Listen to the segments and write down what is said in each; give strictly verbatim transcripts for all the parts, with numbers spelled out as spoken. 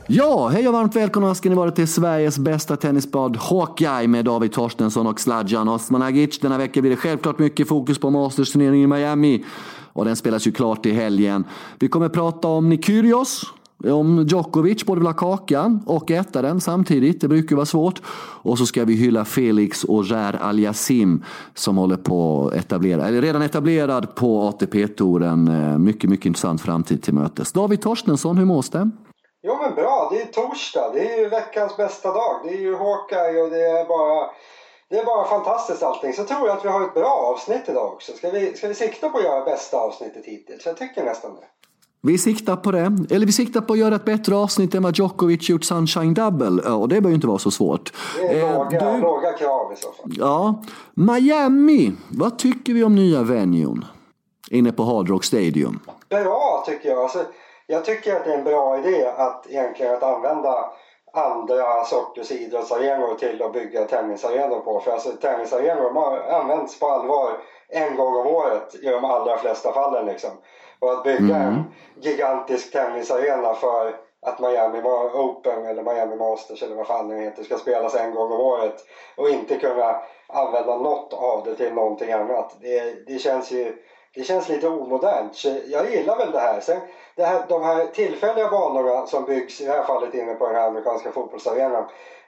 Ja, hej och varmt välkomna ska ni vara till Sveriges bästa tennisbad Hawkeye med David Torstensson och Sladjan Osmanagic. Denna vecka blir det självklart mycket fokus på Masters-turneringen i Miami. Och den spelas ju klart i helgen. Vi kommer prata om Kyrgios, om Djokovic, både vill ha kakan och äta den samtidigt. Det brukar vara svårt. Och så ska vi hylla Felix Auger-Aliassime som håller på att etablera, eller redan etablerad på A T P-touren. Mycket, mycket intressant framtid till mötes. David Torstensson, hur mås det? Jo men bra, det är torsdag, det är ju veckans bästa dag, det är ju Hawkeye och det är bara, det är bara fantastiskt allting. Så tror jag att vi har ett bra avsnitt idag också. Ska vi, ska vi sikta på att göra bästa avsnittet hittills? Jag tycker nästan det. Vi siktar på det, eller vi siktar på att göra ett bättre avsnitt än vad Djokovic gjort Sunshine Double. Och det bör ju inte vara så svårt. Det är låga, du... låga krav i så fall. Ja, Miami, vad tycker vi om nya venuen inne på Hard Rock Stadium? Bra tycker jag, alltså. Jag tycker att det är en bra idé att egentligen att använda andra sorters idrottsarenor till att bygga tennisarenor på. För alltså tennisarenor används på allvar en gång om året i de allra flesta fallen liksom. Och att bygga mm. en gigantisk tennisarena för att Miami Open eller Miami Masters eller vad fan det heter ska spelas en gång om året och inte kunna använda något av det till någonting annat. Det, det känns ju det känns lite omodernt. Så jag gillar väl det här. Sen det här, de här tillfälliga banorna som byggs i det här fallet inne på den här amerikanska fotbollsarenan.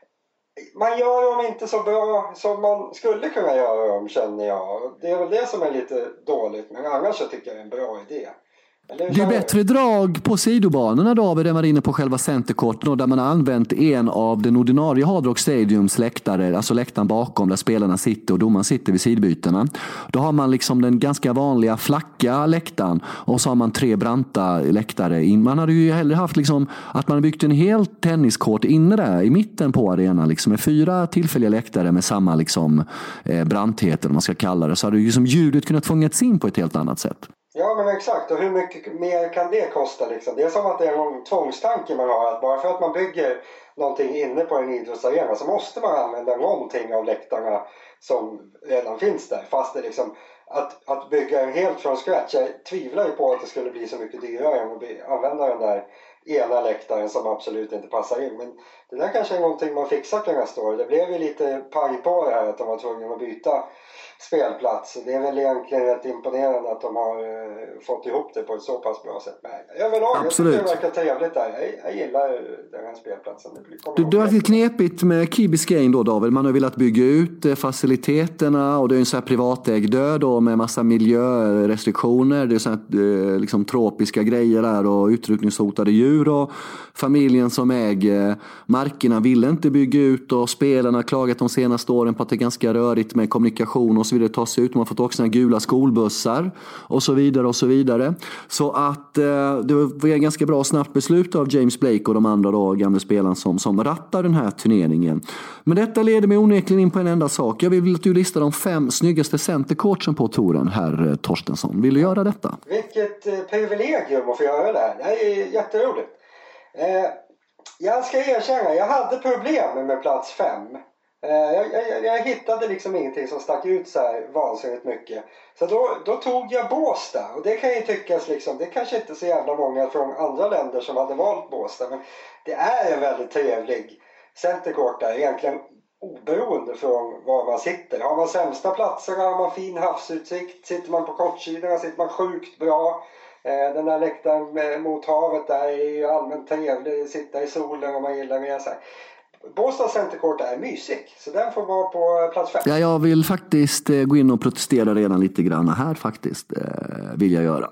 Man gör dem inte så bra som man skulle kunna göra dem, känner jag. Det är väl det som är lite dåligt. Men annars så tycker jag det är en bra idé. Det är bättre drag på sidobanorna då än man är inne på själva centerkorten där man har använt en av den ordinarie Hard Rock Stadiums läktare, alltså läktaren bakom där spelarna sitter och domaren sitter vid sidbytena. Då har man liksom den ganska vanliga flacka läktaren och så har man tre branta läktare. Man hade ju hellre haft liksom att man byggt en hel tenniskort inne där i mitten på arenan liksom med fyra tillfälliga läktare med samma liksom eh, branthet eller man ska kalla det, så hade ju som ljudet kunnat fångats in på ett helt annat sätt. Ja men exakt, och hur mycket mer kan det kosta liksom? Det är som att det är någon tvångstanke man har, att bara för att man bygger någonting inne på en idrottsarena så måste man använda någonting av läktarna som redan finns där. Fast det liksom, att, att bygga en helt från scratch, jag tvivlar ju på att det skulle bli så mycket dyrare än att använda den där ena läktaren som absolut inte passar in. Men det där kanske är någonting man fixar till nästa år. Det blev ju lite pang på det här att de var tvungna att byta spelplats. Det är väl egentligen rätt imponerande att de har uh, fått ihop det på ett så pass bra sätt. Men överlag, absolut. Jag tycker det verkar trevligt där. Jag, jag gillar den här spelplatsen. Det, det var lite knepigt med Key Biscayne då, David. Man har velat bygga ut faciliteterna och det är en sån här privatägd död då, med massa miljörestriktioner. Det är så här, liksom tropiska grejer där och utrotningshotade djur, och familjen som äger markerna ville inte bygga ut och spelarna har klagat de senaste åren på att det är ganska rörigt med kommunikation och så vidare, ta sig ut. Man har fått också såna gula skolbussar och så vidare och så vidare. Så att eh, det var ett ganska bra snabbt beslut av James Blake och de andra då, gamla spelarna som, som rattar den här turneringen. Men detta leder mig onekligen in på en enda sak. Jag vill att du listar de fem snyggaste centercoachen på touren, herr Torstensson. Vill du göra detta? Vilket eh, privilegium att få göra det här. Det här är jätteroligt. Eh, jag ska erkänna, jag hade problem med plats fem. Jag, jag, jag hittade liksom ingenting som stack ut så här vansinnigt mycket. Så då, då tog jag Båstad. Och det kan ju tyckas liksom, det kanske inte så jävla många från andra länder som hade valt Båstad. Men det är en väldigt trevlig centercourt där, egentligen oberoende från var man sitter. Har man sämsta platserna, har man fin havsutsikt, sitter man på kortsidorna sitter man sjukt bra. Den där läktaren mot havet där är ju allmänt trevlig, sitta i solen om man gillar mer så här. Båstad centercourt är mysig, så den får vara på plats fem. Ja, jag vill faktiskt eh, gå in och protestera redan lite grann här faktiskt, eh, vill jag göra.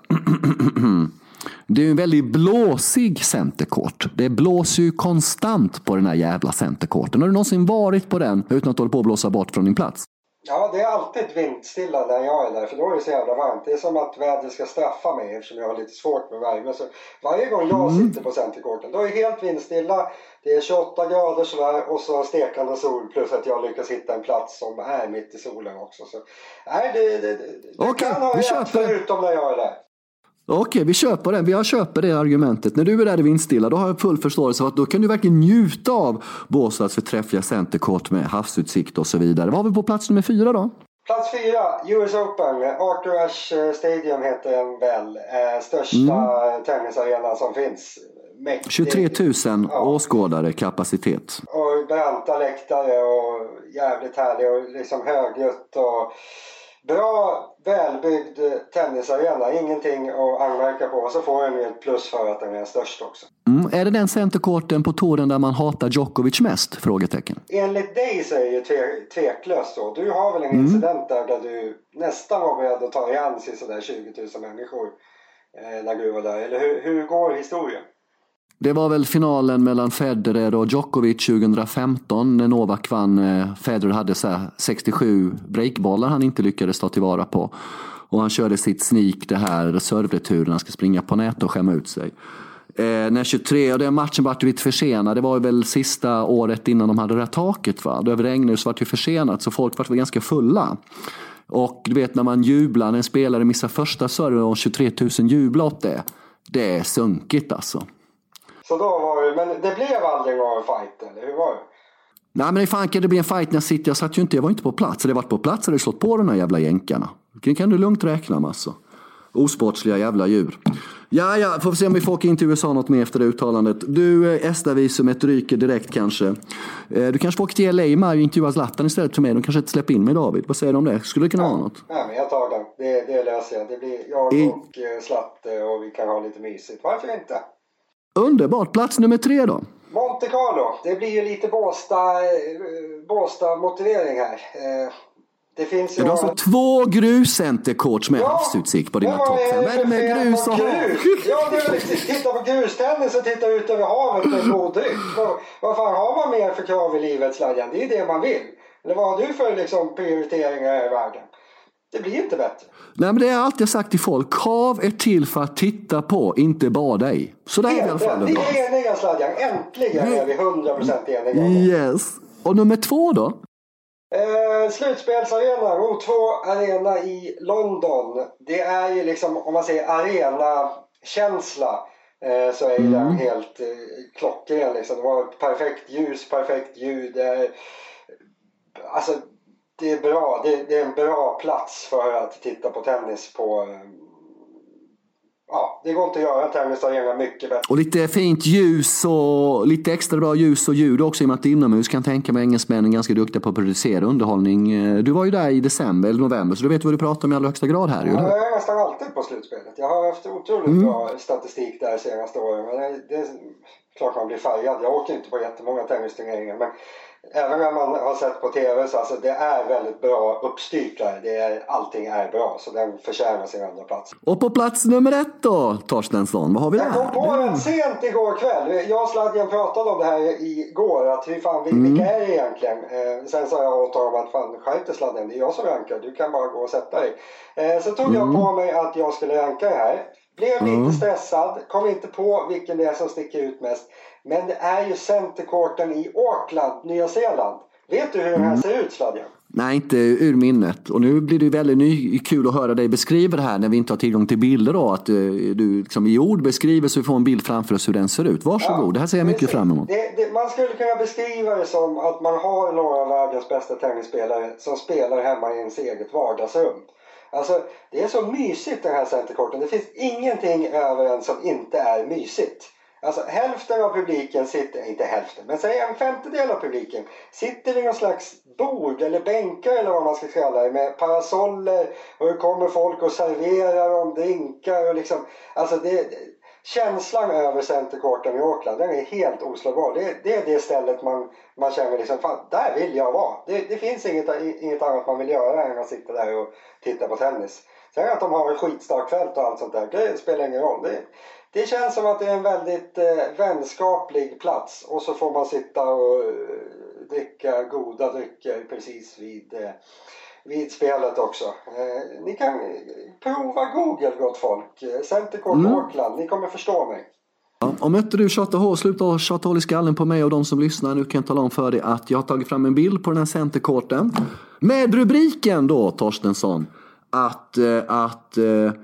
Det är en väldigt blåsig centercourt. Det blåser ju konstant på den här jävla centercourten. Har du någonsin varit på den utan att hålla på att blåsa bort från din plats? Ja, det är alltid vindstilla när jag är där, för då är det så jävla varmt. Det är som att vädret ska straffa mig eftersom jag har lite svårt med värme. Så varje gång jag mm. sitter på centercourten, då är det helt vindstilla. Det är tjugoåtta grader sådär och så stekande sol, plus att jag lyckas hitta en plats som är mitt i solen också. Så nej, det, det, det, det okay, kan ha rätt förutom när jag är där. Okej, vi köper det. Vi köper det argumentet. När du är där i vindstilla, då har jag full förståelse för att då kan du verkligen njuta av Båstads förträffliga centercourt med havsutsikt och så vidare. Vad har vi på plats nummer fyra då? Plats fyra, U S Open. Arthur Ashe Stadium heter den väl. Eh, största mm. tennisarenan som finns. mäktigt. tjugotre tusen ja. Åskådare kapacitet. Och branta läktare och jävligt härlig och liksom högljutt och bra, välbyggd tennisarena. Ingenting att anmärka på. Och så får den ju ett plus för att den är störst också. Mm. Är det den centerkorten på touren där man hatar Djokovic mest? Frågetecken. Enligt dig så är det ju tve- tveklöst så. Du har väl en mm. incident där, där du nästan var beredd att ta igen sig sådär tjugo tusen människor eh, när du var där. Eller hur, hur går historien? Det var väl finalen mellan Federer och Djokovic tjugohundrafemton när Novak vann. Federer hade så här sextiosju breakbollar han inte lyckades ta tillvara på. Och han körde sitt sneak, det här servreturen, han ska springa på nät och skämma ut sig. Eh, när tjugotre, och den matchen var lite försenad. Det var väl sista året innan de hade det här taket, va? Det regnade så var det försenat, så folk var ganska fulla. Och du vet när man jublar, när en spelare missar första serven och tjugotre tusen jublar åt det. Det är sunkigt alltså. Så då var det, men det blev aldrig någon fight, eller hur var det? Nej, men det fan kan det bli en fight när jag sitter. Jag satt ju inte, jag var inte på plats. Det var på plats, hade slått på de här jävla jänkarna. Det kan du lugnt räkna med alltså. Osportsliga jävla djur. Ja, ja, får vi se om vi får åka in till U S A något mer efter det uttalandet. Du, ESTA-visumet ryker direkt kanske. Du kanske får åka till L A med och intervjua Zlatan istället för mig. De kanske inte släpper in mig, David. Vad säger du om det? Skulle det kunna ja, vara något? Nej, men jag tar den. Det, det löser jag. Det blir jag I... och Slatte och vi kan ha lite mysigt. Varför inte? Underbart. Plats nummer tre då? Monte Carlo. Det blir ju lite Båstad, Båstad motivering här. Det finns ju... Du har alltså två gruscentercourts med ja, havsutsikt på dina topp fem. Vad är det med grus och hav? Ja, det är liksom, titta på grustennis och titta ut över havet med god dryck. Vad, vad fan har man mer för krav i livet, Sladjan? Det är det man vill. Eller vad har du för liksom, prioriteringar i världen? Det blir inte bättre. Nej, men det har jag alltid sagt till folk. Hav är till för att titta på, inte bada i. Så det är i alla fall. Vi är eniga, Sladjan. Äntligen är vi hundra procent eniga. Yes. Och nummer två då? Eh, slutspelsarena, O två Arena i London. Det är ju liksom, om man säger arena-känsla, eh, så är mm. den helt eh, klockren liksom. Det var ett perfekt ljus, perfekt ljud. Eh, alltså det är bra, det, det är en bra plats för att titta på tennis på. Eh, ja, det går inte att göra tennisarena mycket bättre. Och lite fint ljus och lite extra bra ljus och ljud också i och med att inomhus kan tänka mig engelsmännen ganska duktiga på att producera underhållning. Du var ju där i december eller november så du vet vad du pratar om i allra högsta grad här. Ja, jag är nästan alltid på slutspelet. Jag har haft otroligt mm. bra statistik där senaste åren. Men det, det är klart man blir färgad. Jag åker inte på jättemånga tennisturneringar men även när man har sett på tv så alltså, det är väldigt bra uppstyrt där. Det är, allting är bra så den förtjänar sin andra plats. Och på plats nummer ett då, Torstensson, vad har vi där? Jag kom på den sent igår kväll. Jag och Sladjan pratade om det här igår. Att hur fan, mm. vilka är det egentligen? Eh, sen sa jag åt honom att fan, skärp dig Sladjan, det är jag som rankar. Du kan bara gå och sätta dig. Eh, så tog mm. jag på mig att jag skulle ranka det här. Blev mm. lite stressad, kom inte på vilken det är som sticker ut mest. Men det är ju centerkorten i Auckland, Nya Zeeland. Vet du hur den här ser ut, Sladjan? Nej, inte ur minnet. Och nu blir det väldigt ny, kul att höra dig beskriva det här när vi inte har tillgång till bilder då. Att du liksom i ord beskriver så vi får en bild framför oss hur den ser ut. Varsågod, ja, det här ser jag mycket fram emot. Det, det, man skulle kunna beskriva det som att man har några av världens bästa tennisspelare som spelar hemma i ens eget vardagsrum. Alltså, det är så mysigt den här centerkorten. Det finns ingenting över den som inte är mysigt. Alltså hälften av publiken sitter, inte hälften, men säg en femtedel av publiken sitter vid någon slags bord eller bänkar eller vad man ska kalla det med parasoller och det kommer folk och serverar dem drinkar och liksom, alltså det, känslan över centerkorten i Auckland, den är helt oslagbar. Det, det är det stället man, man känner liksom, fan, där vill jag vara. Det, det finns inget, inget annat man vill göra än att sitta där och titta på tennis. Sen att de har en skitstark fält och allt sånt där, det spelar ingen roll. Det, Det känns som att det är en väldigt eh, vänskaplig plats och så får man sitta och eh, dricka goda drycker precis vid, eh, vid spelet också. Eh, ni kan prova Google, gott folk. Centercourt mm. Auckland, ni kommer förstå mig. Ja, om inte du tjatar hål, sluta tjata hål i skallen på mig och de som lyssnar. Nu kan jag tala om för dig att jag har tagit fram en bild på den här centercourten med rubriken då, Torstensson, att... att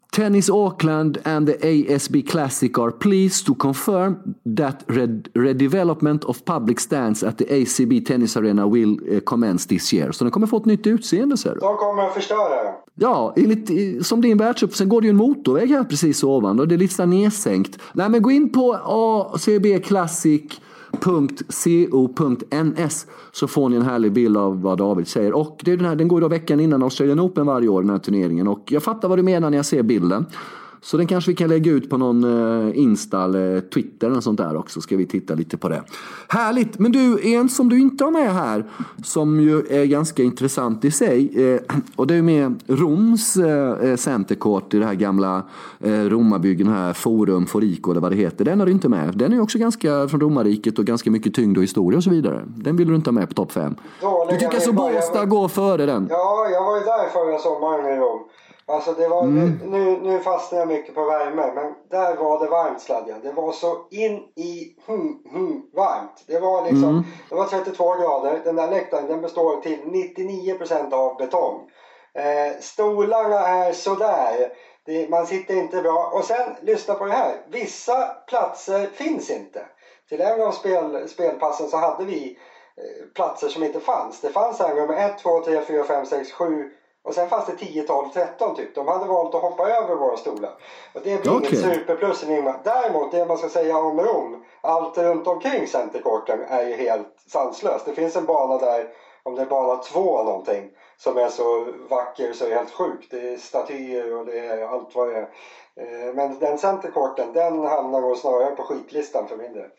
Tennis Auckland and the A S B Classic are pleased to confirm that red, redevelopment of public stands at the A C B Tennis Arena will uh, commence this year. Så den kommer få ett nytt utseende, ser du. De kommer att förstöra. Ja, enligt, som din världsupp. Sen går det ju en motorväg här precis ovan och det är lite så nedsänkt. Nej, men gå in på A C B Classic punkt co punkt n s så får ni en härlig bild av vad David säger. Och det är den här, den går då veckan innan Australian Open varje år, den här turneringen. Och jag fattar vad du menar när jag ser bilden. Så den kanske vi kan lägga ut på någon uh, Insta eller Twitter eller sånt där också. Ska vi titta lite på det. Härligt! Men du, en som du inte har med här, som ju är ganska intressant i sig. Eh, och det är med Roms eh, centercourt i det här gamla eh, Romabyggen här, Forum, Forico eller vad det heter. Den har du inte med. Den är också ganska från Romariket och ganska mycket tyngd och historia och så vidare. Den vill du inte ha med på topp fem. Du tycker alltså Båstad går före den? Ja, jag var ju där förra sommaren i Rom. Alltså det var, mm. nu, nu fastnar jag mycket på värme, men där var det varmt, Sladjan. Det var så in i hum, hum, varmt. Det var liksom, mm. det var trettiotvå grader. Den där läktaren, den består till nittionio procent av betong. Eh, stolarna är sådär. Det, man sitter inte bra. Och sen, lyssna på det här. Vissa platser finns inte. Till en av spel, spelpassen så hade vi eh, platser som inte fanns. Det fanns här nummer ett, två, tre, fyra, fem, sex, sju. Och sen fanns det tio, tolv, tretton typ. De hade valt att hoppa över våra stolar. Och det blir okay. Inget superplus. Däremot, det man ska säga om Rom, allt runt omkring centerkorten är ju helt sanslöst. Det finns en bana där, om det är bana två någonting, som är så vacker så är det helt sjukt. Det är statyer och det är allt vad det är. Men den centerkorten, den hamnar nog snarare på skitlistan för min del.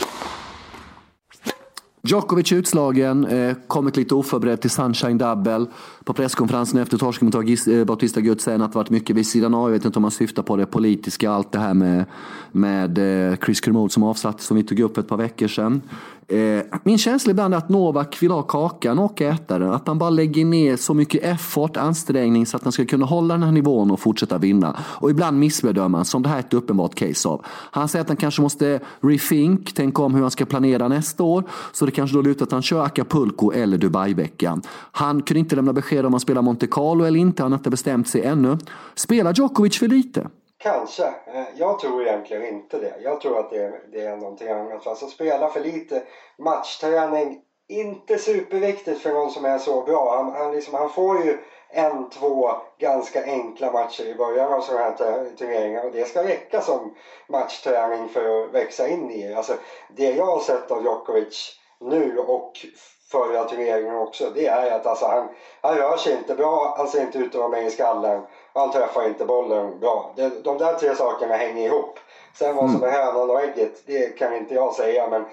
Djokovic utslagen, eh, kommit lite oförberedd till Sunshine Double. På presskonferensen efter torsken mot eh, Bautista Agut säger att det varit mycket vid sidan av. Jag vet inte om man syftar på det politiska, allt det här med, med eh, Chris Kermode som avsattes som vi tog upp ett par veckor sedan. Eh, min känsla ibland är att Novak vill ha kakan och äta den. Att han bara lägger ner så mycket effort, ansträngning så att han ska kunna hålla den här nivån och fortsätta vinna. Och ibland missbedömer han, som det här är ett uppenbart case av. Han säger att han kanske måste rethink, tänka om hur han ska planera nästa år. Så det kanske då lutar att han kör Acapulco eller Dubai-veckan. Han kunde inte lämna besked om han spelar Monte Carlo eller inte. Han har inte bestämt sig ännu. Spelar Djokovic för lite? Kanske. Jag tror egentligen inte det. Jag tror att det är, det är någonting annat. Alltså spela för lite matchträning, inte superviktigt för någon som är så bra. Han, han, liksom, han får ju en, två ganska enkla matcher i början av sådana här turneringar. Och det ska räcka som matchträning för att växa in i. Alltså, det jag har sett av Djokovic nu och förra turneringen också, det är att alltså, han, han rör sig inte bra, han ser inte ut att vara med i skallen, han träffar inte bollen bra. Det, de där tre sakerna hänger ihop. Sen vad som är hönan och ägget, det kan inte jag säga, men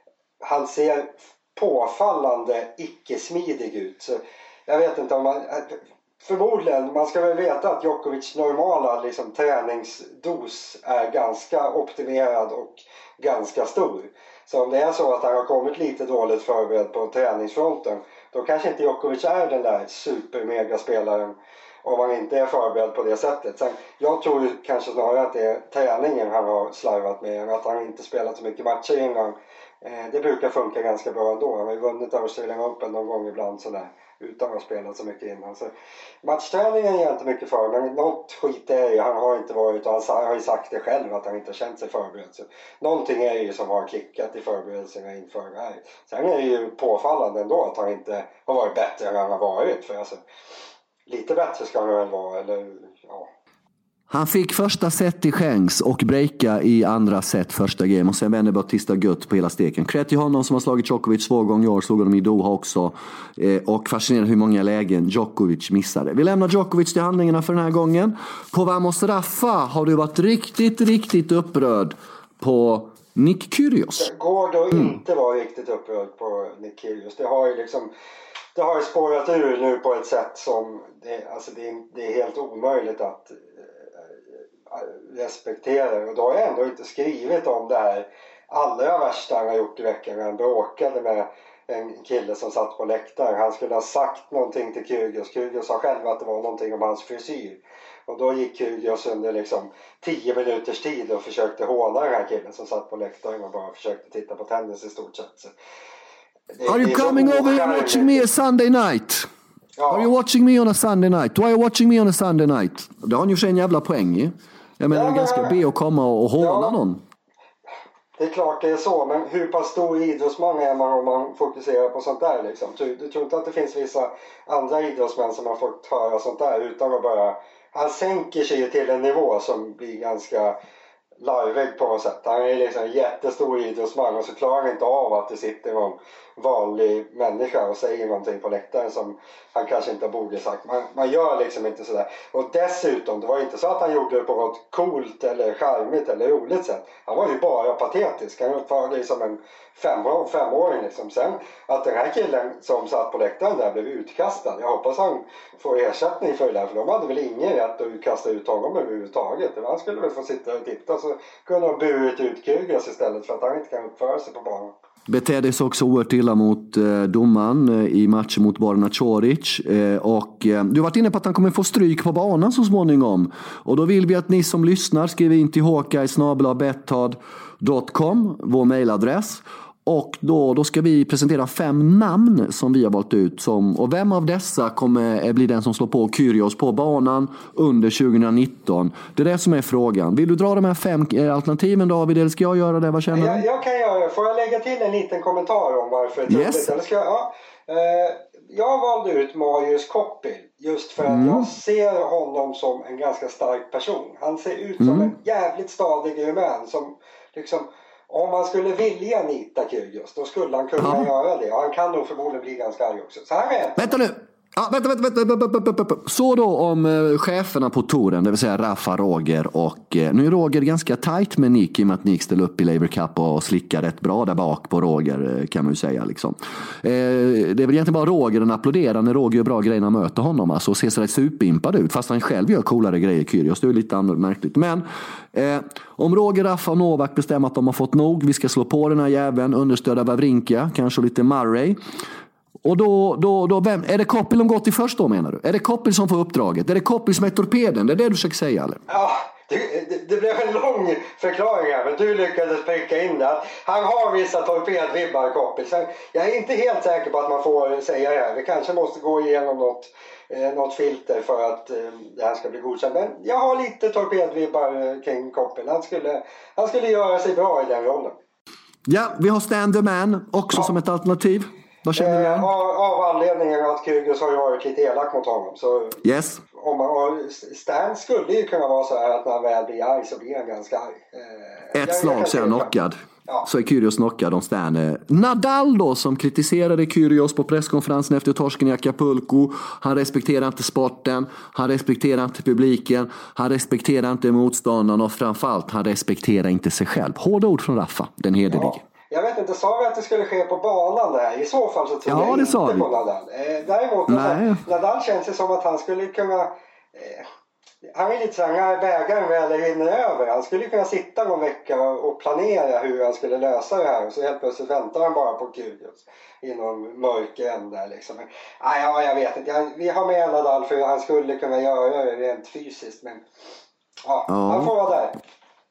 han ser påfallande icke-smidig ut. Så jag vet inte om man... Förmodligen, man ska väl veta att Djokovic normala liksom, träningsdos är ganska optimerad och ganska stor. Så om det är så att han har kommit lite dåligt förberedd på träningsfronten, då kanske inte Djokovic är den där supermegaspelaren om han inte är förberedd på det sättet. Sen, jag tror kanske snarare att det är träningen han har slarvat med, att han inte spelat så mycket matcher innan. Eh, det brukar funka ganska bra ändå. Han har ju vunnit Australian Open någon gång ibland sådär, utan att spela så mycket innan. Så matchträningen ger inte mycket för, men något skit är ju, han har inte varit, och han har ju sagt det själv att han inte har känt sig förberedd. Så någonting är ju som har klickat i förberedelserna inför det här. Sen är det ju påfallande ändå att han inte har varit bättre än han har varit, för alltså, lite bättre ska han väl vara, eller ja. Han fick första set i chans och breaka i andra set första game och sen vände Bautista Agut på hela steken. Cred till honom som har slagit Djokovic två gånger i år, slog honom i Doha också, eh, och fascinerande hur många lägen Djokovic missade. Vi lämnar Djokovic till handlingarna för den här gången. På Vamos Rafa har du varit riktigt, riktigt upprörd på Nick Kyrgios. Det går då mm. inte vara riktigt upprörd på Nick Kyrgios. Det har ju liksom det har ju spårat ur nu på ett sätt som det, alltså det, det är helt omöjligt att respekterar, och då har jag ändå inte skrivit om det här allra värsta han har gjort i veckan. Han bråkade med en kille som satt på läktaren. Han skulle ha sagt någonting till Kyrgios. Kyrgios sa själv att det var någonting om hans frisyr, och då gick Kyrgios under liksom tio minuters tid och försökte håna den här killen som satt på läktaren och bara försökte titta på tennis i stort sett. Så det, Are you coming over here watching me a Sunday night? Ja. Are you watching me on a Sunday night? Why are you watching me on a Sunday night? Det har han ju för sig en jävla poäng i. Jag menar, ja, det är ganska be att komma och håna ja. någon. Det är klart det är så, men hur pass stor idrottsman är man om man fokuserar på sånt där liksom? Du, du tror inte att det finns vissa andra idrottsmän som har fått höra sånt där utan att bara... Han sänker sig ju till en nivå som blir ganska larvig på något sätt. Han är liksom en jättestor idrottsman och så klarar han inte av att det sitter någon vanlig människa och säger någonting på läktaren som han kanske inte borde sagt. Man, man gör liksom inte sådär. Och dessutom, det var inte så att han gjorde det på något coolt eller charmigt eller roligt sätt. Han var ju bara patetisk. Han uppförde det som en fem, femåring liksom. Sen att den här killen som satt på läktaren där blev utkastad. Jag hoppas han får ersättning för det där. För de hade väl ingen rätt att kasta ut honom överhuvudtaget. Han skulle väl få sitta och titta så kunde de burit ut Kyrgios istället för att han inte kan uppföra sig på banan. Beteddes också oerhört illa mot eh, domaren eh, i matchen mot Borna Ćorić. Eh, och eh, du har varit inne på att han kommer få stryk på banan så småningom. Och då vill vi att ni som lyssnar skriver in till håkaj snabel-a betthard punkt com, vår mejladress. Och då, då ska vi presentera fem namn som vi har valt ut. Som, och vem av dessa kommer bli den som slår på Kyrgios på banan under tjugonitton? Det är det som är frågan. Vill du dra de här fem alternativen, David, eller ska jag göra det? Vad känner du? Jag, jag kan göra det. Får jag lägga till en liten kommentar om varför det är yes. eller ska jag, ja. eh, jag valde ut Marius Koppil just för att mm. jag ser honom som en ganska stark person. Han ser ut mm. som en jävligt stadig rumän som liksom... Om man skulle vilja nita Kyrgios, då skulle han kunna ja. göra det. Och han kan nog förmodligen bli ganska arg också. Så här är Vänta nu! Ja, vänta, vänta, vänta, vänta. Så då om eh, cheferna på touren, det vill säga Rafa, Roger och eh, nu är Roger ganska tajt med Nick i och med att Nick ställer upp i Laver Cup och slickar rätt bra där bak på Roger eh, kan man ju säga liksom. Eh, det är väl egentligen bara Roger den applåderar när Roger gör bra grejer när möter honom alltså, och ser sådär superimpad ut fast han själv gör coolare grejer Kyrgios, det är lite märkligt. Men eh, om Roger, Rafa och Novak bestämmer att de har fått nog, vi ska slå på den här jäveln, understöda Wawrinka, kanske lite Murray. Och då, då, då vem, är det Koppil de gått till först då menar du? Är det Koppil som får uppdraget? Är det Koppil som är torpeden? Det är det du försöker säga eller? Ja, det, det, det blev en lång förklaring här men du lyckades pricka in det. Han har vissa torpedvibbar Koppil. Sen, jag är inte helt säker på att man får säga det här. Vi kanske måste gå igenom något, eh, något filter för att eh, det här ska bli godkänt. Men jag har lite torpedvibbar kring Koppil. Han skulle, han skulle göra sig bra i den rollen. Ja, vi har Stan the Man också ja. som ett alternativ. Vad känner du? Eh, av, av anledningen att Kyrgios har ju varit lite elak mot honom. Så yes. om man, Stan skulle ju kunna vara så här att när han väl blir arg så blir han ganska arg. Eh, Ett jag, slag jag så är han knockad. Ja. Så är Kyrgios knockad om Stan. Nadal då som kritiserade Kyrgios på presskonferensen efter torsken i Acapulco. Han respekterar inte sporten. Han respekterar inte publiken. Han respekterar inte motståndaren och framförallt han respekterar inte sig själv. Hårda ord från Rafa, den hederlige. Ja. Jag vet inte, sa vi att det skulle ske på banan där? I så fall så tror ja, jag inte på Nadal. Eh, däremot, alltså, Nadal känns det som att han skulle kunna... Eh, han är lite så här, när bägaren väl rinner över. Han skulle kunna sitta någon vecka och planera hur han skulle lösa det här. Och så helt plötsligt väntar han bara på Kyrgios i någon mörk ände där liksom. Men, ah, ja, jag vet inte. Jag, vi har med Nadal för han skulle kunna göra det rent fysiskt. Men ah, ja, han får vara där.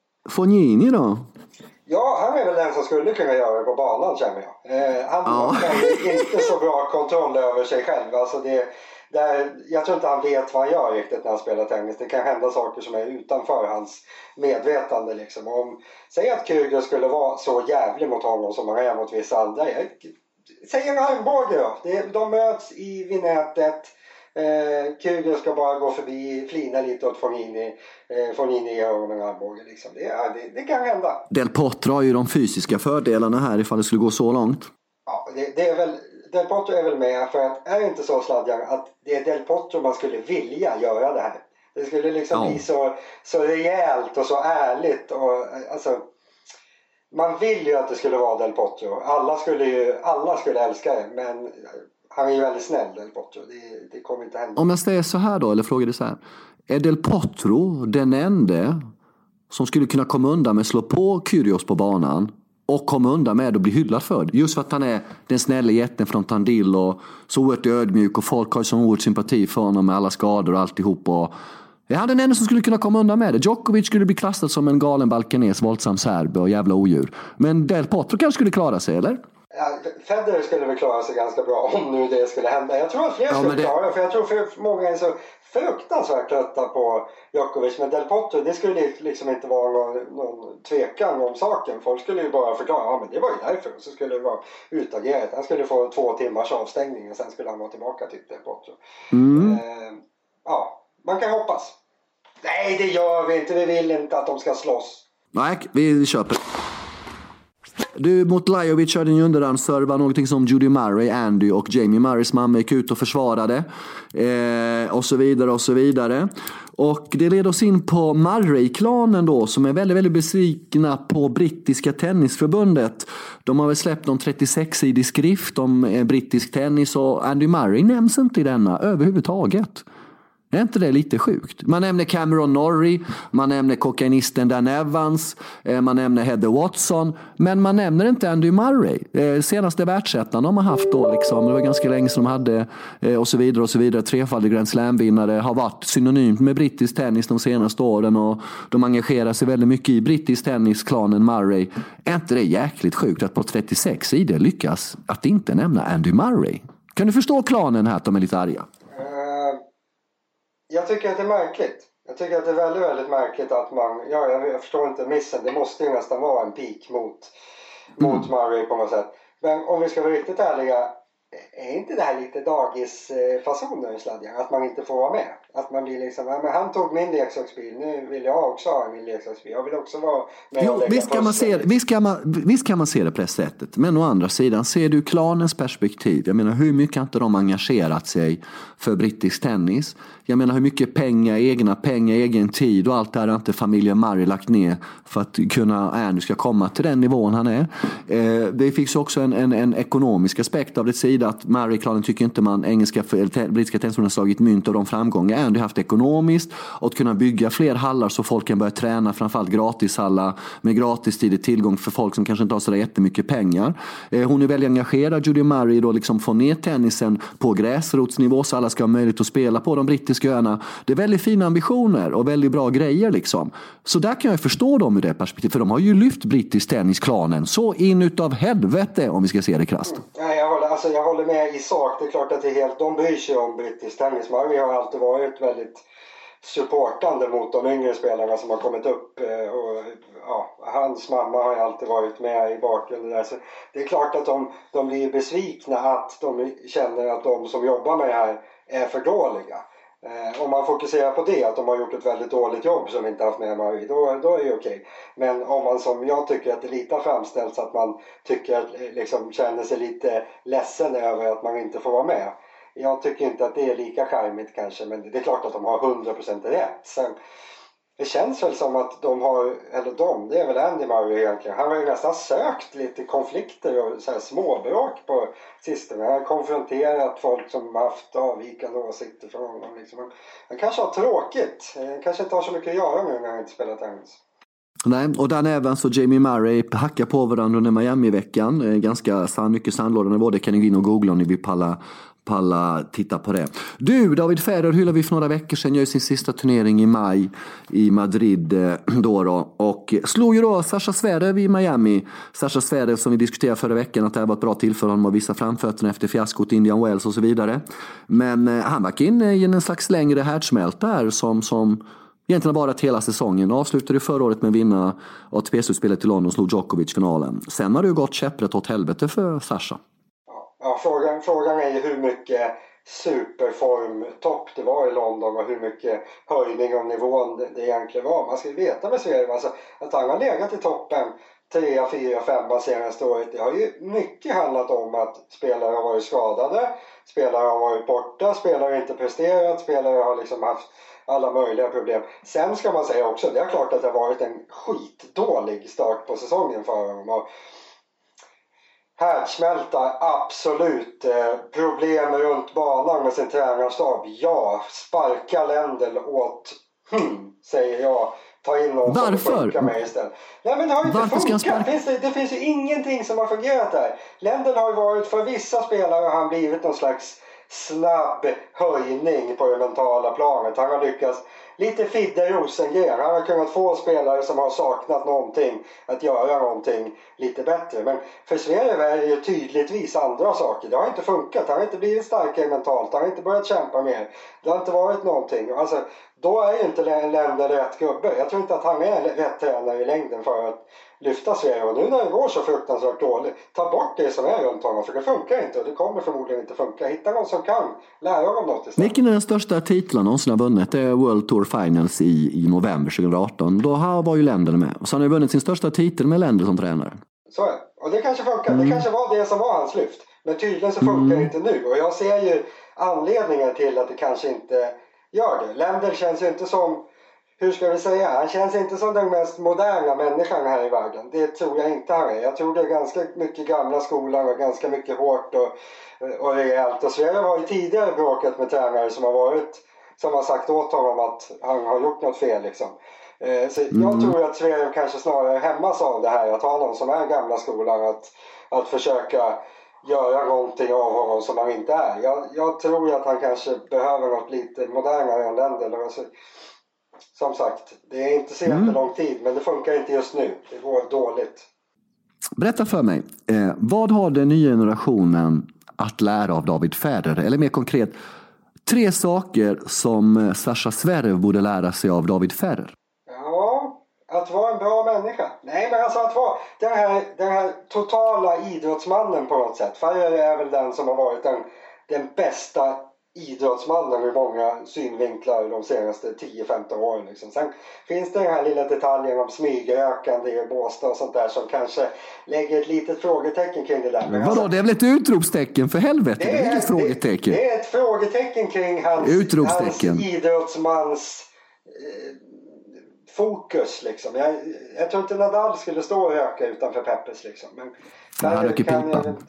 Fognini då? Ja, han är väl den som skulle kunna göra det på banan känner jag. Eh, han ja. har inte så bra kontroll över sig själv. Alltså det, där, jag tror inte han vet vad han gör riktigt när han spelar tennis. Det kan hända saker som är utanför hans medvetande. Liksom. Om, säg att Kyrgios skulle vara så jävlig mot honom som han är mot vissa andra. Jag, säg en armbåge då. Det, de möts i vid nätet. Eh, Kyrgios ska bara gå förbi, flina lite åt Fognini. Eh, Fognini gör en armbåge liksom. Det, det, det kan hända. Del Potro har ju de fysiska fördelarna här ifall det skulle gå så långt. Ja, det, det är väl... Del Potro är väl med för att är det inte så Sladjan att det är Del Potro man skulle vilja göra det här. Det skulle liksom ja. bli så, så rejält och så ärligt och alltså man vill ju att det skulle vara Del Potro. Alla skulle ju alla skulle älska det men han är ju väldigt snäll Del Potro. Det, det kommer inte hända. Om jag säger så här då eller frågar det så här. Är Del Potro den enda som skulle kunna komma undan med att slå på Kyrgios på banan? Och komma undan med att bli hyllad för det. Just för att han är den snälla jätten från Tandil och så oerhört ödmjuk och folk har så oerhört sympati för honom med alla skador och alltihop. Och är han den enda som skulle kunna komma undan med det? Djokovic skulle bli klassad som en galen balkanes, våldsam serb och jävla odjur. Men Del Potro kanske skulle klara sig, eller? Federer skulle väl klara sig ganska bra om nu det skulle hända. Jag tror att fler ja, skulle det... klara, för jag tror för många är så fruktansvärt trötta på Djokovic. Men Del Potro, det skulle liksom inte vara någon, någon tvekan om saken. Folk skulle ju bara förklara, ja men det var ju därför. Så skulle det vara utagerat. Han skulle få två timmars avstängning och sen skulle han vara tillbaka, tyckte Del Potro. Mm. Eh, ja, man kan hoppas. Nej, det gör vi inte. Vi vill inte att de ska slåss. Nej, vi köper. Du, mot Lajovic körde en underhandsserva, någonting som Judy Murray, Andy och Jamie Murrays mamma gick ut och försvarade. Eh, och så vidare och så vidare. Och det leder oss in på Murray-klanen då, som är väldigt, väldigt besvikna på brittiska tennisförbundet. De har väl släppt någon trettiosex-sidig skrift om brittisk tennis och Andy Murray nämns inte i denna överhuvudtaget. Är inte det lite sjukt? Man nämner Cameron Norrie, man nämner kokainisten Dan Evans, man nämner Heather Watson, men man nämner inte Andy Murray. Senaste världsettan de har haft då, liksom, det var ganska länge som de hade, och så vidare och så vidare. Trefaldig Grand Slam-vinnare, har varit synonymt med brittisk tennis de senaste åren och de engagerar sig väldigt mycket i brittisk tennis, klanen Murray. Är inte det jäkligt sjukt att på trettiosex sidor lyckas att inte nämna Andy Murray? Kan du förstå klanen här att de är lite arga? Jag tycker att det är märkligt. Jag tycker att det är väldigt, väldigt märkligt att man... Ja, jag, jag förstår inte missen. Det måste ju nästan vara en peak mot, mm. mot Murray på något sätt. Men om vi ska vara riktigt ärliga, är inte det här lite dagisfasoner i sladjan? Att man inte får vara med? Att man blir liksom, ja, men han tog min leksaksbil, nu vill jag också ha min leksaksbil. Jag vill också vara med jo, och lägga visst kan, man se, visst, kan man, visst kan man se det på det sättet. Men å andra sidan, ser du klanens perspektiv? Jag menar, hur mycket har inte de engagerat sig för brittisk tennis? Jag menar, hur mycket pengar, egna pengar, egen tid och allt det här har inte familjen Murray lagt ner för att kunna, Andy ska komma till den nivån han är. Eh, det finns också en, en, en ekonomisk aspekt av det sida att Murray-klanen tycker inte man engelska, eller brittiska tennisspelare har slagit mynt av de framgångar Andy haft ekonomiskt och att kunna bygga fler hallar så folk kan börja träna, framförallt gratishallar med gratistidig tillgång för folk som kanske inte har så jättemycket pengar. Eh, hon är väldigt engagerad, Judy Murray, då liksom få ner tennisen på gräsrotsnivå så alla ska ha möjlighet att spela på de brittiska öarna. Det är väldigt fina ambitioner och väldigt bra grejer liksom. Så där kan jag förstå dem i det perspektivet, för de har ju lyft brittisk tennisklanen så in utav helvete om vi ska se det krasst. Mm. Ja, jag, håller, alltså, jag håller med i sak. Det är klart att det är helt, de bryr sig om brittisk tennis. Murray har alltid varit väldigt supportande mot de yngre spelarna som har kommit upp, och ja, hans mamma har ju alltid varit med i bakgrunden där. Så det är klart att de, de blir besvikna att de känner att de som jobbar med det här är för dåliga. Eh, om man fokuserar på det, att de har gjort ett väldigt dåligt jobb som inte haft med Murray, då, då är det okej. Men om man, som jag tycker att det lite har framställts, att man tycker att, liksom, känner sig lite ledsen över att man inte får vara med. Jag tycker inte att det är lika charmigt kanske, men det är klart att de har hundra procent rätt. Sen, det känns väl som att de har, eller de, det är väl Andy Murray egentligen. Han har ju nästan sökt lite konflikter och så här småbråk på sistone. Han har konfronterat folk som har haft avvikande åsikter från honom. Liksom. Han, han kanske har tråkigt. Han kanske inte har så mycket att göra nu när han inte spelar tennis. Nej, och Dan Evans och Jamie Murray hackar på varandra under Miami-veckan. Ganska mycket sandlådor. Det kan ni gå in och googla om ni vill palla, palla titta på det. Du, David Ferrer hyllade vi för några veckor sedan, gör sin sista turnering i maj i Madrid då, då och slog ju då Sasha Zverev i Miami. Sasha Zverev, som vi diskuterade förra veckan, att det här var ett bra tillfälle om att visa framfötterna efter fiaskot Indian Wells och så vidare. Men eh, han var inne i en slags längre härdsmälta här som, som egentligen bara ett hela säsongen. Avslutade förra året med att vinna A T P-slutspelet i London och slog Djokovic-finalen. Sen har det ju gått käpprätt åt helvete för Sasha. Ja, frågan, frågan är ju hur mycket superform-topp det var i London och hur mycket höjning av nivån det, det egentligen var. Man ska veta med Zverev, alltså, att han har legat i toppen tre, fyra, fem senaste året. Det har ju mycket handlat om att spelare har varit skadade, spelare har varit borta, spelare har inte presterat, spelare har liksom haft alla möjliga problem. Sen ska man säga också, det är klart att det har varit en skitdålig start på säsongen för honom. Och härdsmälta, absolut. Problem runt banan med sin tränarstab, ja. Sparka Lendl åt, hmm, säger jag. Ta in någon Varför? som funkar med istället. Nej, men det har ju inte Varför funkat. Det finns, det finns ju ingenting som har fungerat där. Lendl har ju varit, för vissa spelare har han blivit någon slags snabb höjning på det mentala planet. Han har lyckats lite Fidde Rosengren. Han har kunnat få spelare som har saknat någonting att göra någonting lite bättre. Men för Sverige är det ju tydligtvis andra saker. Det har inte funkat. Han har inte blivit starkare mentalt. Han har inte börjat kämpa mer. Det har inte varit någonting. Alltså, då är ju inte Länder rätt gubbe. Jag tror inte att han är rätt tränare i längden för att lyfta Sverige. Och nu när det går så fruktansvärt dåligt, ta bort det som är runt honom, för det funkar inte och det kommer förmodligen inte funka. Hitta någon som kan lära honom något istället. Vilken är den största titeln någonsin har vunnit? Det är World Tour Finals i, i november tjugoarton. Då här var ju Länder med. Och så har han vunnit sin största titel med Länder som tränare. Så är det. Och det kanske funkar. Mm. Det kanske var det som var hans lyft. Men tydligen så funkar det mm. inte nu. Och jag ser ju anledningar till att det kanske inte gör det. Länder känns ju inte som, hur ska vi säga, han känns inte som den mest moderna människan här i världen. Det tror jag inte han är. Jag tror det är ganska mycket gamla skolan och ganska mycket hårt och, och rejält. Och Sverige har ju tidigare bråkat med tränare som har varit, som har sagt åt honom att han har gjort något fel liksom. Så mm. jag tror att Sverige kanske snarare hämmas av det här, att ha någon som är gamla skolan, att, att försöka göra någonting av honom som han inte är. Jag, jag tror att han kanske behöver något lite modernare än Länder. Alltså, som sagt, det är inte så mm. lång tid, men det funkar inte just nu. Det går dåligt. Berätta för mig, eh, vad har den nya generationen att lära av David Ferrer? Eller mer konkret, tre saker som Sascha Zverev borde lära sig av David Ferrer. Ja, att vara en bra människa. Nej, men alltså att vara den här, den här totala idrottsmannen på något sätt. Ferrer är väl den som har varit den, den bästa idrottsmannen i många synvinklar de senaste tio femton åren. Liksom. Sen finns det den här lilla detaljen om smygrökande i Båstad och sånt där som kanske lägger ett litet frågetecken kring det där. Men vadå, alltså, det är väl ett utropstecken för helvete? Det är, det är inget frågetecken. Det, det är ett frågetecken kring hans, hans idrottsmans eh, fokus liksom. Jag, jag tror inte Nadal skulle stå och röka utanför Peppes liksom. Men han röker pipa.